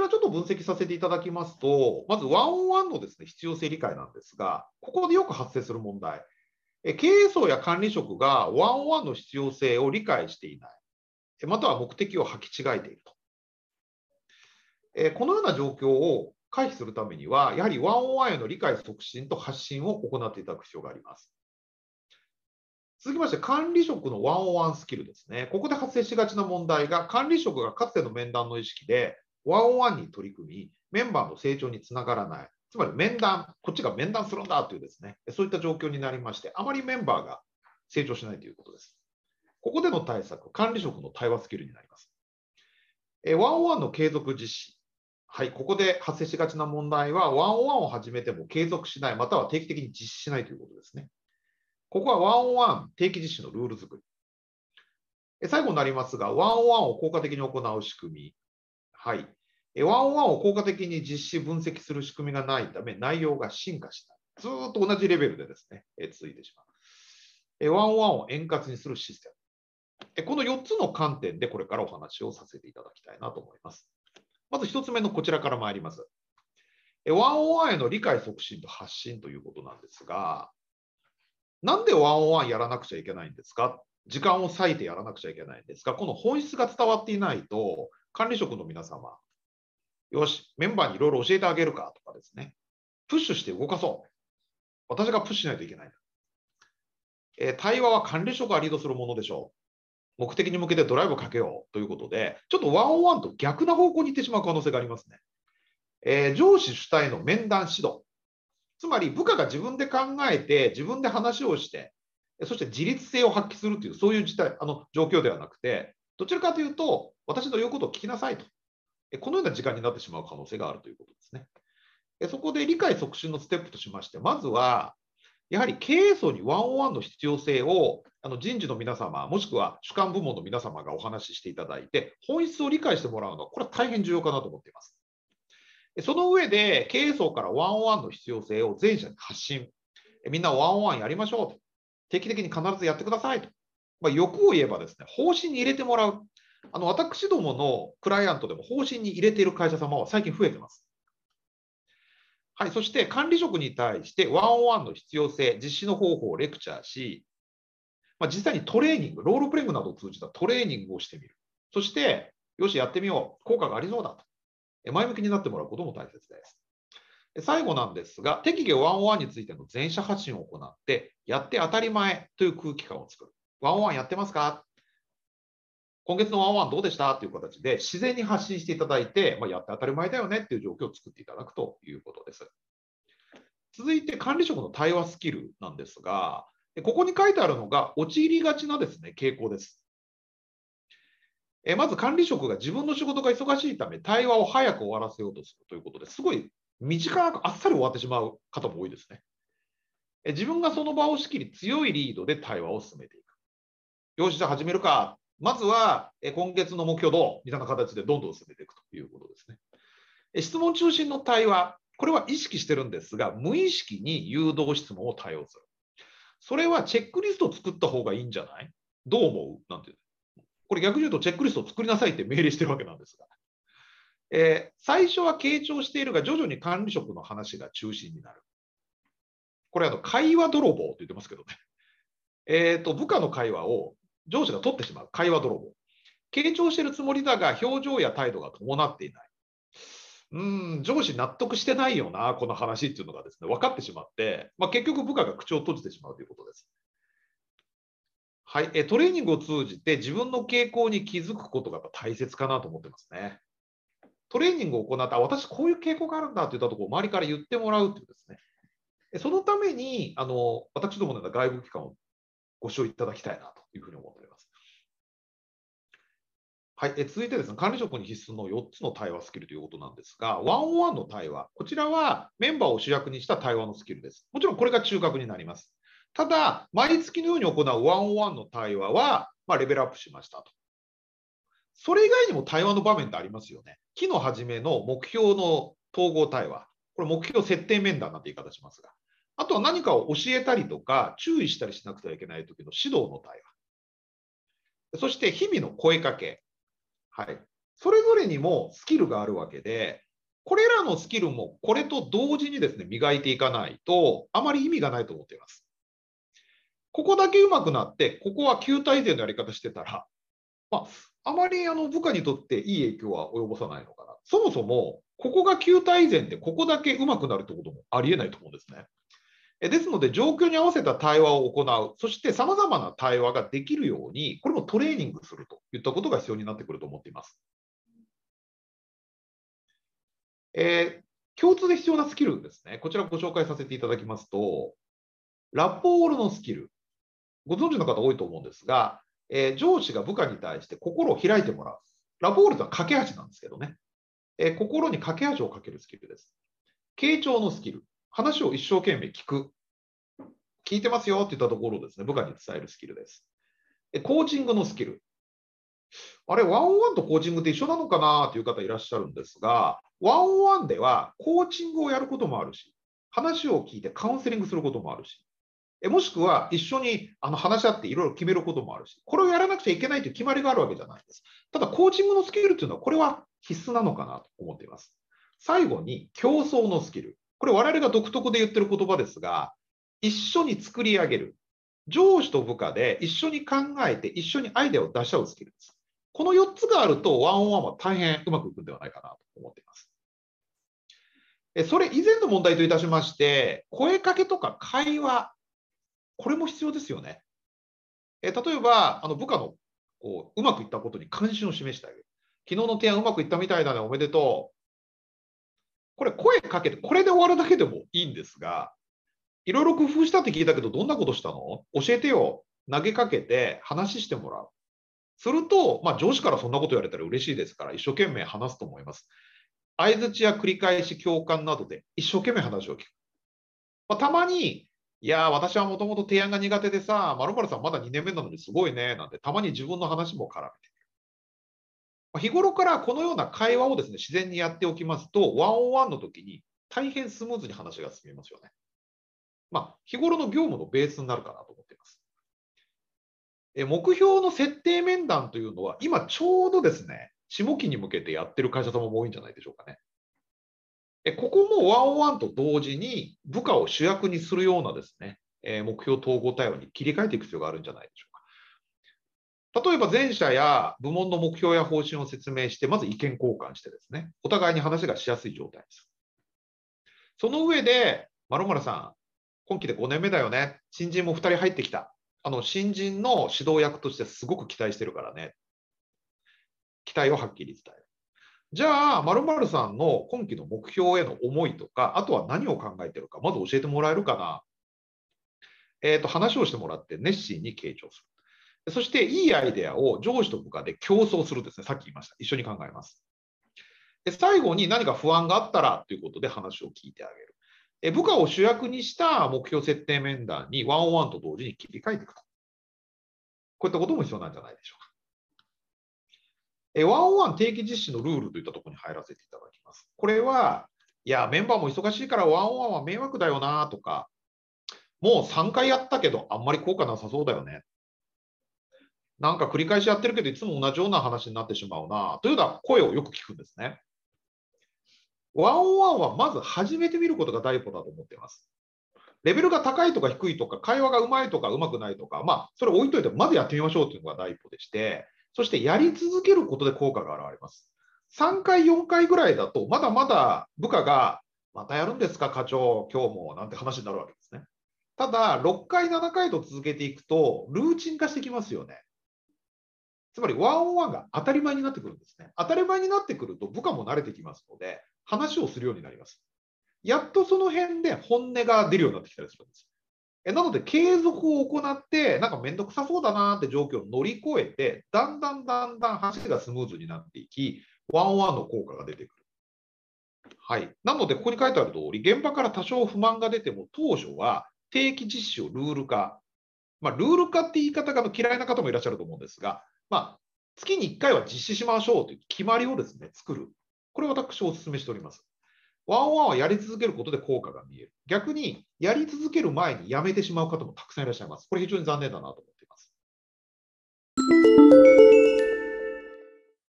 らちょっと分析させていただきますと、まずワンオンワンのですね、必要性理解なんですが、ここでよく発生する問題。経営層や管理職がワンオンワンの必要性を理解していない。または目的を履き違えていると。このような状況を回避するためには、やはりワンオンワンへの理解促進と発信を行っていただく必要があります。続きまして、管理職のワンオンワンスキルですね。ここで発生しがちな問題が、管理職がかつての面談の意識で、ワンオンワンに取り組み、メンバーの成長につながらない。つまり面談、こっちが面談するんだというですね、そういった状況になりまして、あまりメンバーが成長しないということです。ここでの対策、管理職の対話スキルになります。ワンオンワンの継続実施。はい、ここで発生しがちな問題は、ワンオンワンを始めても継続しない、または定期的に実施しないということですね。ここはワンオンワン定期実施のルール作り。最後になりますが、ワンオンワンを効果的に行う仕組み。はい。ワンオンワンを効果的に実施分析する仕組みがないため、内容が進化しない。ずっと同じレベルでですね、続いてしまう。ワンオンワンを円滑にするシステム。この4つの観点でこれからお話をさせていただきたいなと思います。まず1つ目のこちらから参ります。ワンオンワンへの理解促進と発信ということなんですが、なんでワンオンワンやらなくちゃいけないんですか？時間を割いてやらなくちゃいけないんですか？この本質が伝わっていないと、管理職の皆様、よし、メンバーにいろいろ教えてあげるかとかですね、プッシュして動かそう。私がプッシュしないといけない。対話は管理職がリードするものでしょう。目的に向けてドライブをかけようということで、ちょっとワンオンワンと逆な方向に行ってしまう可能性がありますね。上司主体の面談指導。つまり部下が自分で考えて、自分で話をして、そして自律性を発揮するという、そういう状況ではなくて、どちらかというと、私の言うことを聞きなさいと。このような時間になってしまう可能性があるということですね。そこで理解促進のステップとしまして、まずは、やはり経営層にワンオンワンの必要性を人事の皆様、もしくは主幹部門の皆様がお話ししていただいて、本質を理解してもらうのは、これは大変重要かなと思っています。その上で、経営層からワンオンワンの必要性を全社に発信。みんなワンオンワンやりましょうと。定期的に必ずやってくださいと。欲を言えばですね、方針に入れてもらう。私どものクライアントでも方針に入れている会社様は最近増えています。はい、そして管理職に対してワンオンワンの必要性、実施の方法をレクチャーし、実際にトレーニング、ロールプレイングなどを通じたトレーニングをしてみる。そして、よし、やってみよう。効果がありそうだと。前向きになってもらうことも大切です。最後なんですが、適宜ワンオンワンについての全社発信を行って、やって当たり前という空気感を作る。ワンオンワンやってますか？今月のワンオンワンどうでしたという形で自然に発信していただいて、やって当たり前だよねっていう状況を作っていただくということです。続いて管理職の対話スキルなんですが、ここに書いてあるのが陥りがちなですね、傾向です。まず管理職が自分の仕事が忙しいため、対話を早く終わらせようとするということですごい短くあっさり終わってしまう方も多いですね。自分がその場を仕切り、強いリードで対話を進めていく。よし、じゃあ始めるか。まずは、今月の目標どうみたいな形でどんどん進めていくということですね。質問中心の対話、これは意識してるんですが、無意識に誘導質問を対応する。それはチェックリストを作った方がいいんじゃない？どう思う？なんていう。これ逆に言うとチェックリストを作りなさいって命令してるわけなんですが。最初は傾聴しているが、徐々に管理職の話が中心になる。これ会話泥棒と言ってますけどね。部下の会話を上司が取ってしまう。会話泥棒。傾聴しているつもりだが、表情や態度が伴っていない。上司納得してないよな、この話っていうのがですね、分かってしまって、結局部下が口を閉じてしまうということです。はい、トレーニングを通じて自分の傾向に気づくことが大切かなと思ってますね。トレーニングを行った、私こういう傾向があるんだといったところを周りから言ってもらうというですね。そのために、私どものような外部機関をご使用いただきたいなというふうに思っております。はい、続いてですね、管理職に必須の4つの対話スキルということなんですが、ワンオンワンの対話、こちらはメンバーを主役にした対話のスキルです。もちろんこれが中核になります。ただ、毎月のように行うワンオンワンの対話は、レベルアップしましたと。それ以外にも対話の場面ってありますよね。期の初めの目標の統合対話。これ目標設定面談なんて言い方しますが。あとは何かを教えたりとか、注意したりしなくてはいけない時の指導の対話。そして日々の声かけ。はい。 それぞれにもスキルがあるわけで、これらのスキルもこれと同時にですね、磨いていかないと、あまり意味がないと思っています。ここだけ上手くなって、ここは旧体勢のやり方してたら、あまり部下にとっていい影響は及ぼさないのかな。そもそも、ここが旧体前で、ここだけ上手くなるということもありえないと思うんですね。ですので、状況に合わせた対話を行う、そして様々な対話ができるように、これもトレーニングするといったことが必要になってくると思っています。共通で必要なスキルですね。こちらご紹介させていただきますと、ラポールのスキル。ご存知の方多いと思うんですが、上司が部下に対して心を開いてもらう。ラポールとは架け橋なんですけどね。心に架け橋をかけるスキルです。傾聴のスキル。話を一生懸命聞く。聞いてますよって言ったところをですね、部下に伝えるスキルです。コーチングのスキル。あれ、ワンオンワンとコーチングって一緒なのかなという方いらっしゃるんですが、ワンオンワンではコーチングをやることもあるし、話を聞いてカウンセリングすることもあるし、もしくは一緒に話し合っていろいろ決めることもあるし、これをやらなくちゃいけないという決まりがあるわけじゃないです。ただ、コーチングのスキルというのは、これは必須なのかなと思っています。最後に、競争のスキル。これ、我々が独特で言ってる言葉ですが、一緒に作り上げる。上司と部下で一緒に考えて、一緒にアイデアを出し合うスキルです。この4つがあると、ワンオンワンは大変うまくいくんではないかなと思っています。それ以前の問題といたしまして、声かけとか会話、これも必要ですよね。例えば、部下のうまくいったことに関心を示してあげる。昨日の提案うまくいったみたいだね、おめでとう。これ、声かけて、これで終わるだけでもいいんですが、いろいろ工夫したって聞いたけど、どんなことしたの？教えてよ。投げかけて話してもらう。すると、上司からそんなこと言われたら嬉しいですから、一生懸命話すと思います。相づちや繰り返し、共感などで一生懸命話を聞く。たまに、いや、私はもともと提案が苦手でさ、〇〇さんまだ2年目なのにすごいね、なんて、たまに自分の話も絡めてみる。日頃からこのような会話をですね、自然にやっておきますと、ワンオンワンの時に大変スムーズに話が進みますよね。日頃の業務のベースになるかなと思っています。目標の設定面談というのは、今ちょうどですね、下期に向けてやってる会社様も多いんじゃないでしょうかね。ここもワンオンワンと同時に部下を主役にするようなですね、目標統合対応に切り替えていく必要があるんじゃないでしょうか。例えば前者や部門の目標や方針を説明して、まず意見交換してですね、お互いに話がしやすい状態です。その上で、〇〇さん、今期で5年目だよね。新人も2人入ってきた。新人の指導役としてすごく期待してるからね。期待をはっきり伝える。じゃあ、〇〇さんの今期の目標への思いとか、あとは何を考えてるか、まず教えてもらえるかな。話をしてもらって熱心に傾聴する。そして、いいアイデアを上司と部下で競争するですね。さっき言いました。一緒に考えます。最後に何か不安があったらということで話を聞いてあげる。部下を主役にした目標設定面談にワンオンワンと同時に切り替えていくと。こういったことも必要なんじゃないでしょうか。ワンオンワン定期実施のルールといったところに入らせていただきます。これは、いや、メンバーも忙しいからワンオンワンは迷惑だよなとか、もう3回やったけどあんまり効果なさそうだよね。なんか繰り返しやってるけどいつも同じような話になってしまうなというような声をよく聞くんですね。ワンオンワンはまず始めてみることが第一歩だと思っています。レベルが高いとか低いとか、会話がうまいとかうまくないとか、それ置いといて、まずやってみましょうというのが第一歩でして、そしてやり続けることで効果が現れます。3回、4回ぐらいだと、まだまだ部下が、またやるんですか、課長、今日も、なんて話になるわけですね。ただ、6回、7回と続けていくと、ルーチン化してきますよね。つまり、ワンオンワンが当たり前になってくるんですね。当たり前になってくると、部下も慣れてきますので、話をするようになります。やっとその辺で本音が出るようになってきたりするんです。なので、継続を行って、なんかめんどくさそうだなって状況を乗り越えて、だんだん話がスムーズになっていき、ワンオンワンの効果が出てくる。はい。なので、ここに書いてある通り、現場から多少不満が出ても、当初は定期実施をルール化。ルール化って言い方が嫌いな方もいらっしゃると思うんですが、月に1回は実施しましょうという決まりをですね、作る。これを私お勧めしております。ワンオンワンはやり続けることで効果が見える。逆に、やり続ける前にやめてしまう方もたくさんいらっしゃいます。これ非常に残念だなと思います。